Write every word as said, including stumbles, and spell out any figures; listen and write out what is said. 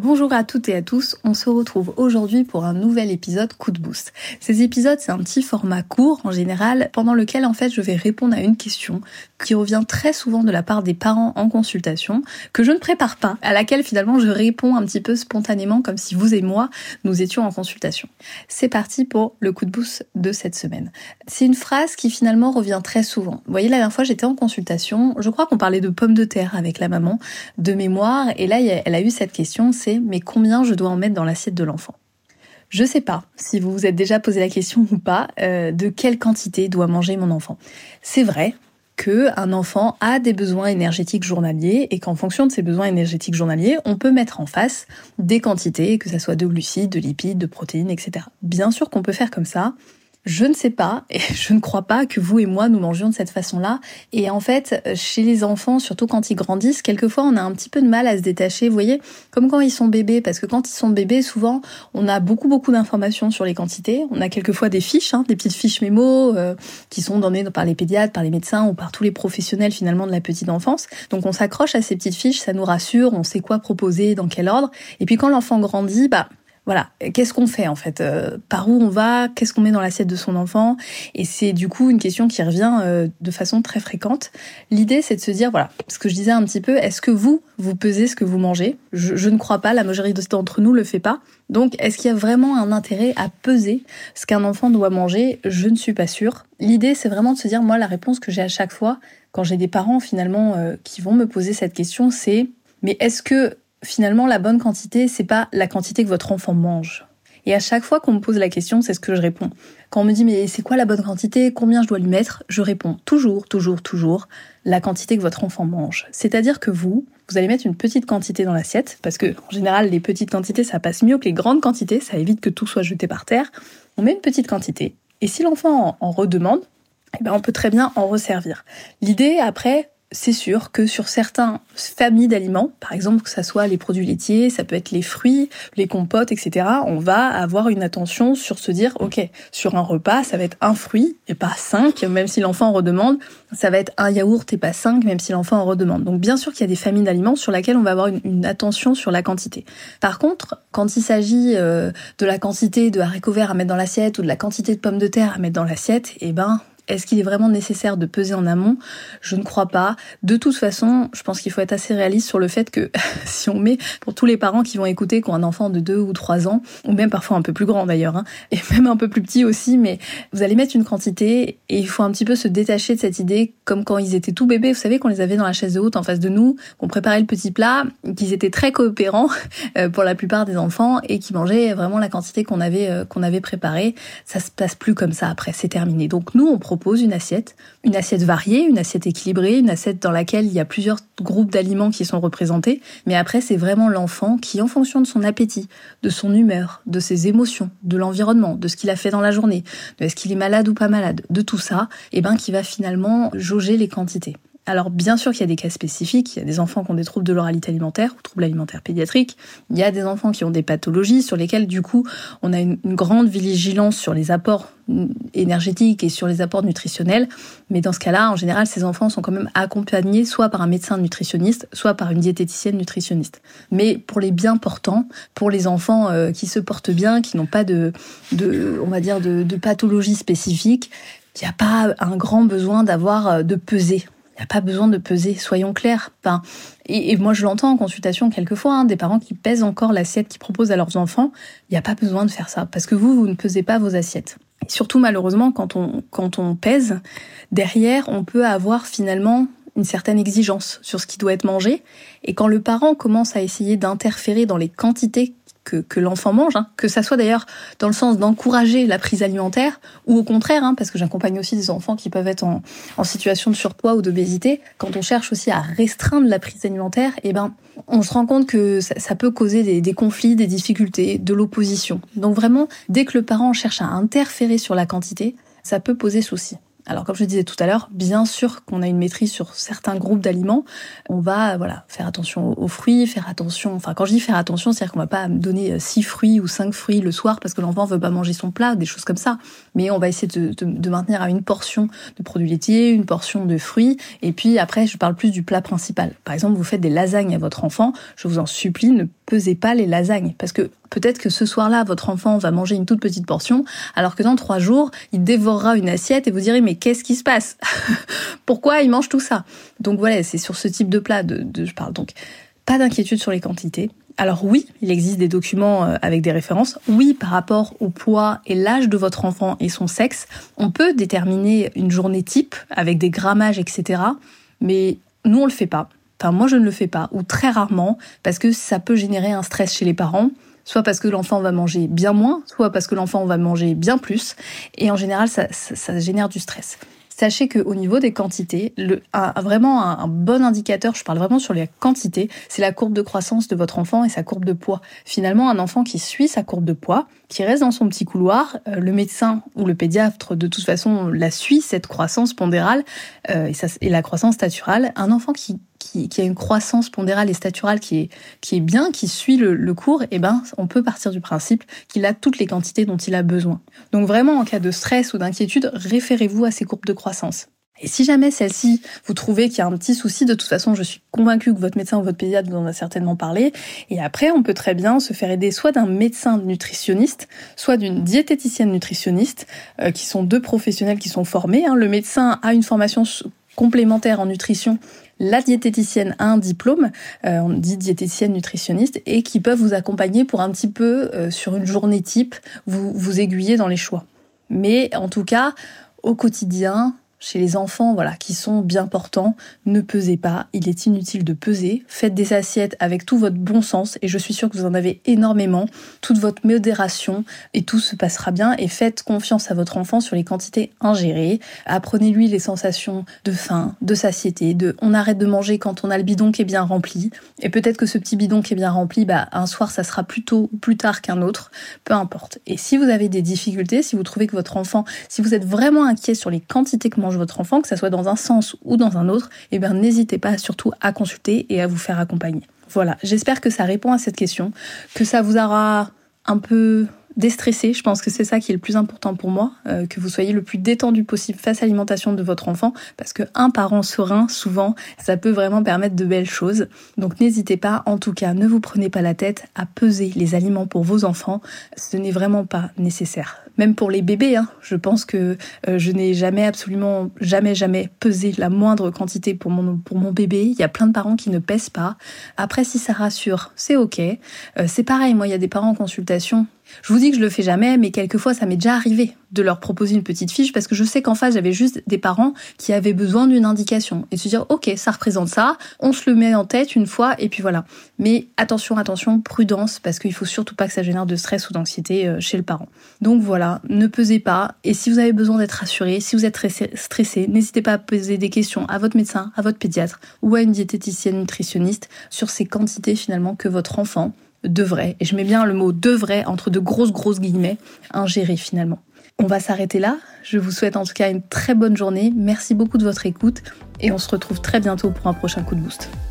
Bonjour à toutes et à tous, on se retrouve aujourd'hui pour un nouvel épisode Coup de Boost. Ces épisodes, c'est un petit format court en général, pendant lequel en fait je vais répondre à une question qui revient très souvent de la part des parents en consultation, que je ne prépare pas, à laquelle finalement je réponds un petit peu spontanément comme si vous et moi, nous étions en consultation. C'est parti pour le Coup de Boost de cette semaine. C'est une phrase qui finalement revient très souvent. Vous voyez, la dernière fois j'étais en consultation, je crois qu'on parlait de pommes de terre avec la maman de mémoire, et là elle a eu cette question, c'est mais combien je dois en mettre dans l'assiette de l'enfant ? Je sais pas si vous vous êtes déjà posé la question ou pas, euh, de quelle quantité doit manger mon enfant. C'est vrai qu'un enfant a des besoins énergétiques journaliers et qu'en fonction de ces besoins énergétiques journaliers, on peut mettre en face des quantités, que ça soit de glucides, de lipides, de protéines, et cetera. Bien sûr qu'on peut faire comme ça. Je ne sais pas, et je ne crois pas que vous et moi nous mangions de cette façon-là. Et en fait, chez les enfants, surtout quand ils grandissent, quelquefois on a un petit peu de mal à se détacher, vous voyez, comme quand ils sont bébés, parce que quand ils sont bébés, souvent, on a beaucoup beaucoup d'informations sur les quantités. On a quelquefois des fiches, hein, des petites fiches mémo, euh, qui sont données par les pédiatres, par les médecins ou par tous les professionnels finalement de la petite enfance. Donc on s'accroche à ces petites fiches, ça nous rassure, on sait quoi proposer, dans quel ordre. Et puis quand l'enfant grandit, bah voilà, qu'est-ce qu'on fait en fait euh, Par où on va Qu'est-ce qu'on met dans l'assiette de son enfant? Et c'est du coup une question qui revient euh, de façon très fréquente. L'idée, c'est de se dire, voilà, ce que je disais un petit peu, est-ce que vous, vous pesez ce que vous mangez? je, je ne crois pas, la majorité d'entre nous le fait pas. Donc, est-ce qu'il y a vraiment un intérêt à peser ce qu'un enfant doit manger? Je ne suis pas sûre. L'idée, c'est vraiment de se dire, moi, la réponse que j'ai à chaque fois, quand j'ai des parents finalement euh, qui vont me poser cette question, c'est, mais est-ce que finalement, la bonne quantité, c'est pas la quantité que votre enfant mange. Et à chaque fois qu'on me pose la question, c'est ce que je réponds. Quand on me dit, mais c'est quoi la bonne quantité? Combien je dois lui mettre? Je réponds toujours, toujours, toujours, la quantité que votre enfant mange. C'est-à-dire que vous, vous allez mettre une petite quantité dans l'assiette, parce que, en général, les petites quantités, ça passe mieux que les grandes quantités, ça évite que tout soit jeté par terre. On met une petite quantité. Et si l'enfant en redemande, eh ben, on peut très bien en resservir. L'idée, après, c'est sûr que sur certaines familles d'aliments, par exemple que ça soit les produits laitiers, ça peut être les fruits, les compotes, et cetera, on va avoir une attention sur se dire, ok, sur un repas, ça va être un fruit et pas cinq, même si l'enfant en redemande, ça va être un yaourt et pas cinq, même si l'enfant en redemande. Donc bien sûr qu'il y a des familles d'aliments sur lesquelles on va avoir une, une attention sur la quantité. Par contre, quand il s'agit euh, de la quantité de haricots verts à mettre dans l'assiette ou de la quantité de pommes de terre à mettre dans l'assiette, eh ben, est-ce qu'il est vraiment nécessaire de peser en amont? Je ne crois pas. De toute façon, je pense qu'il faut être assez réaliste sur le fait que si on met, pour tous les parents qui vont écouter, qui ont un enfant de deux ou trois ans, ou même parfois un peu plus grand d'ailleurs, hein, et même un peu plus petit aussi, mais vous allez mettre une quantité et il faut un petit peu se détacher de cette idée, comme quand ils étaient tout bébés, vous savez, qu'on les avait dans la chaise de haute en face de nous, qu'on préparait le petit plat, qu'ils étaient très coopérants pour la plupart des enfants et qui mangeaient vraiment la quantité qu'on avait, qu'on avait préparée. Ça se passe plus comme ça après, c'est terminé. Donc nous, on propose une assiette, une assiette variée, une assiette équilibrée, une assiette dans laquelle il y a plusieurs groupes d'aliments qui sont représentés, mais après c'est vraiment l'enfant qui, en fonction de son appétit, de son humeur, de ses émotions, de l'environnement, de ce qu'il a fait dans la journée, de est-ce qu'il est malade ou pas malade, de tout ça, et ben qui va finalement jauger les quantités. Alors bien sûr qu'il y a des cas spécifiques, il y a des enfants qui ont des troubles de l'oralité alimentaire ou troubles alimentaires pédiatriques, il y a des enfants qui ont des pathologies sur lesquelles du coup on a une, une grande vigilance sur les apports énergétiques et sur les apports nutritionnels, mais dans ce cas-là, en général, ces enfants sont quand même accompagnés soit par un médecin nutritionniste, soit par une diététicienne nutritionniste. Mais pour les bien portants, pour les enfants euh, qui se portent bien, qui n'ont pas de, de on va dire, de, de pathologie spécifique, il n'y a pas un grand besoin d'avoir de peser. Il n'y a pas besoin de peser, soyons clairs. Enfin, et, et moi, je l'entends en consultation quelquefois, hein, des parents qui pèsent encore l'assiette qu'ils proposent à leurs enfants. Il n'y a pas besoin de faire ça, parce que vous, vous ne pesez pas vos assiettes. Et surtout, malheureusement, quand on, quand on pèse, derrière, on peut avoir finalement une certaine exigence sur ce qui doit être mangé. Et quand le parent commence à essayer d'interférer dans les quantités que, que l'enfant mange, hein, que ça soit d'ailleurs dans le sens d'encourager la prise alimentaire, ou au contraire, hein, parce que j'accompagne aussi des enfants qui peuvent être en, en situation de surpoids ou d'obésité, quand on cherche aussi à restreindre la prise alimentaire, eh ben, on se rend compte que ça, ça peut causer des, des conflits, des difficultés, de l'opposition. Donc vraiment, dès que le parent cherche à interférer sur la quantité, ça peut poser souci. Alors comme je disais tout à l'heure, bien sûr qu'on a une maîtrise sur certains groupes d'aliments. On va voilà faire attention aux fruits, faire attention. Enfin quand je dis faire attention, c'est-à-dire qu'on va pas donner six fruits ou cinq fruits le soir parce que l'enfant veut pas manger son plat, des choses comme ça. Mais on va essayer de, de, de maintenir à une portion de produits laitiers, une portion de fruits. Et puis après, je parle plus du plat principal. Par exemple, vous faites des lasagnes à votre enfant, je vous en supplie, ne pesez pas les lasagnes. Parce que peut-être que ce soir-là, votre enfant va manger une toute petite portion, alors que dans trois jours, il dévorera une assiette et vous direz, mais qu'est-ce qui se passe? Pourquoi il mange tout ça? Donc voilà, c'est sur ce type de plat de, de je parle. Donc, pas d'inquiétude sur les quantités. Alors oui, il existe des documents avec des références. Oui, par rapport au poids et l'âge de votre enfant et son sexe, on peut déterminer une journée type avec des grammages, et cetera. Mais nous, on le fait pas. Enfin, moi, je ne le fais pas, ou très rarement, parce que ça peut générer un stress chez les parents, soit parce que l'enfant va manger bien moins, soit parce que l'enfant va manger bien plus, et en général, ça, ça, ça génère du stress. Sachez qu'au niveau des quantités, le, un, vraiment un, un bon indicateur, je parle vraiment sur les quantités, c'est la courbe de croissance de votre enfant et sa courbe de poids. Finalement, un enfant qui suit sa courbe de poids, qui reste dans son petit couloir, euh, le médecin ou le pédiatre, de toute façon, la suit, cette croissance pondérale euh, et, ça, et la croissance staturale. Un enfant qui Qui, qui a une croissance pondérale et staturale qui est, qui est bien, qui suit le, le cours, eh ben, on peut partir du principe qu'il a toutes les quantités dont il a besoin. Donc vraiment, en cas de stress ou d'inquiétude, référez-vous à ces courbes de croissance. Et si jamais celle-ci, vous trouvez qu'il y a un petit souci, de toute façon, je suis convaincue que votre médecin ou votre pédiatre vous en a certainement parlé. Et après, on peut très bien se faire aider soit d'un médecin nutritionniste, soit d'une diététicienne nutritionniste, euh, qui sont deux professionnels qui sont formés. Hein. Le médecin a une formation complémentaire en nutrition. La diététicienne a un diplôme, euh, on dit diététicienne nutritionniste, et qui peuvent vous accompagner pour un petit peu, euh, sur une journée type, vous, vous aiguiller dans les choix. Mais en tout cas, au quotidien, chez les enfants voilà, qui sont bien portants, ne pesez pas, il est inutile de peser. Faites des assiettes avec tout votre bon sens, et je suis sûre que vous en avez énormément, toute votre modération, et tout se passera bien. Et faites confiance à votre enfant sur les quantités ingérées. Apprenez-lui les sensations de faim, de satiété, de on arrête de manger quand on a le bidon qui est bien rempli. Et peut-être que ce petit bidon qui est bien rempli, bah, un soir ça sera plus tôt ou plus tard qu'un autre, peu importe. Et si vous avez des difficultés, si vous trouvez que votre enfant, si vous êtes vraiment inquiet sur les quantités que mange votre enfant, que ça soit dans un sens ou dans un autre, eh bien n'hésitez pas surtout à consulter et à vous faire accompagner. Voilà, j'espère que ça répond à cette question, que ça vous aura un peu déstressé. Je pense que c'est ça qui est le plus important pour moi, euh, que vous soyez le plus détendu possible face à l'alimentation de votre enfant, parce que un parent serein, souvent, ça peut vraiment permettre de belles choses. Donc n'hésitez pas, en tout cas, ne vous prenez pas la tête à peser les aliments pour vos enfants. Ce n'est vraiment pas nécessaire. Même pour les bébés, hein, je pense que euh, je n'ai jamais, absolument jamais, jamais pesé la moindre quantité pour mon, pour mon bébé. Il y a plein de parents qui ne pèsent pas. Après, si ça rassure, c'est ok. Euh, c'est pareil, moi, il y a des parents en consultation. Je vous dis que je le fais jamais, mais quelquefois ça m'est déjà arrivé de leur proposer une petite fiche parce que je sais qu'en face j'avais juste des parents qui avaient besoin d'une indication et de se dire ok, ça représente ça, on se le met en tête une fois et puis voilà. Mais attention, attention, prudence, parce qu'il faut surtout pas que ça génère de stress ou d'anxiété chez le parent. Donc voilà, ne pesez pas, et si vous avez besoin d'être rassuré, si vous êtes stressé, n'hésitez pas à poser des questions à votre médecin, à votre pédiatre ou à une diététicienne nutritionniste sur ces quantités finalement que votre enfant devrait, et je mets bien le mot devrait entre de grosses grosses guillemets, ingérer finalement. On va s'arrêter là, je vous souhaite en tout cas une très bonne journée, merci beaucoup de votre écoute et on se retrouve très bientôt pour un prochain coup de boost.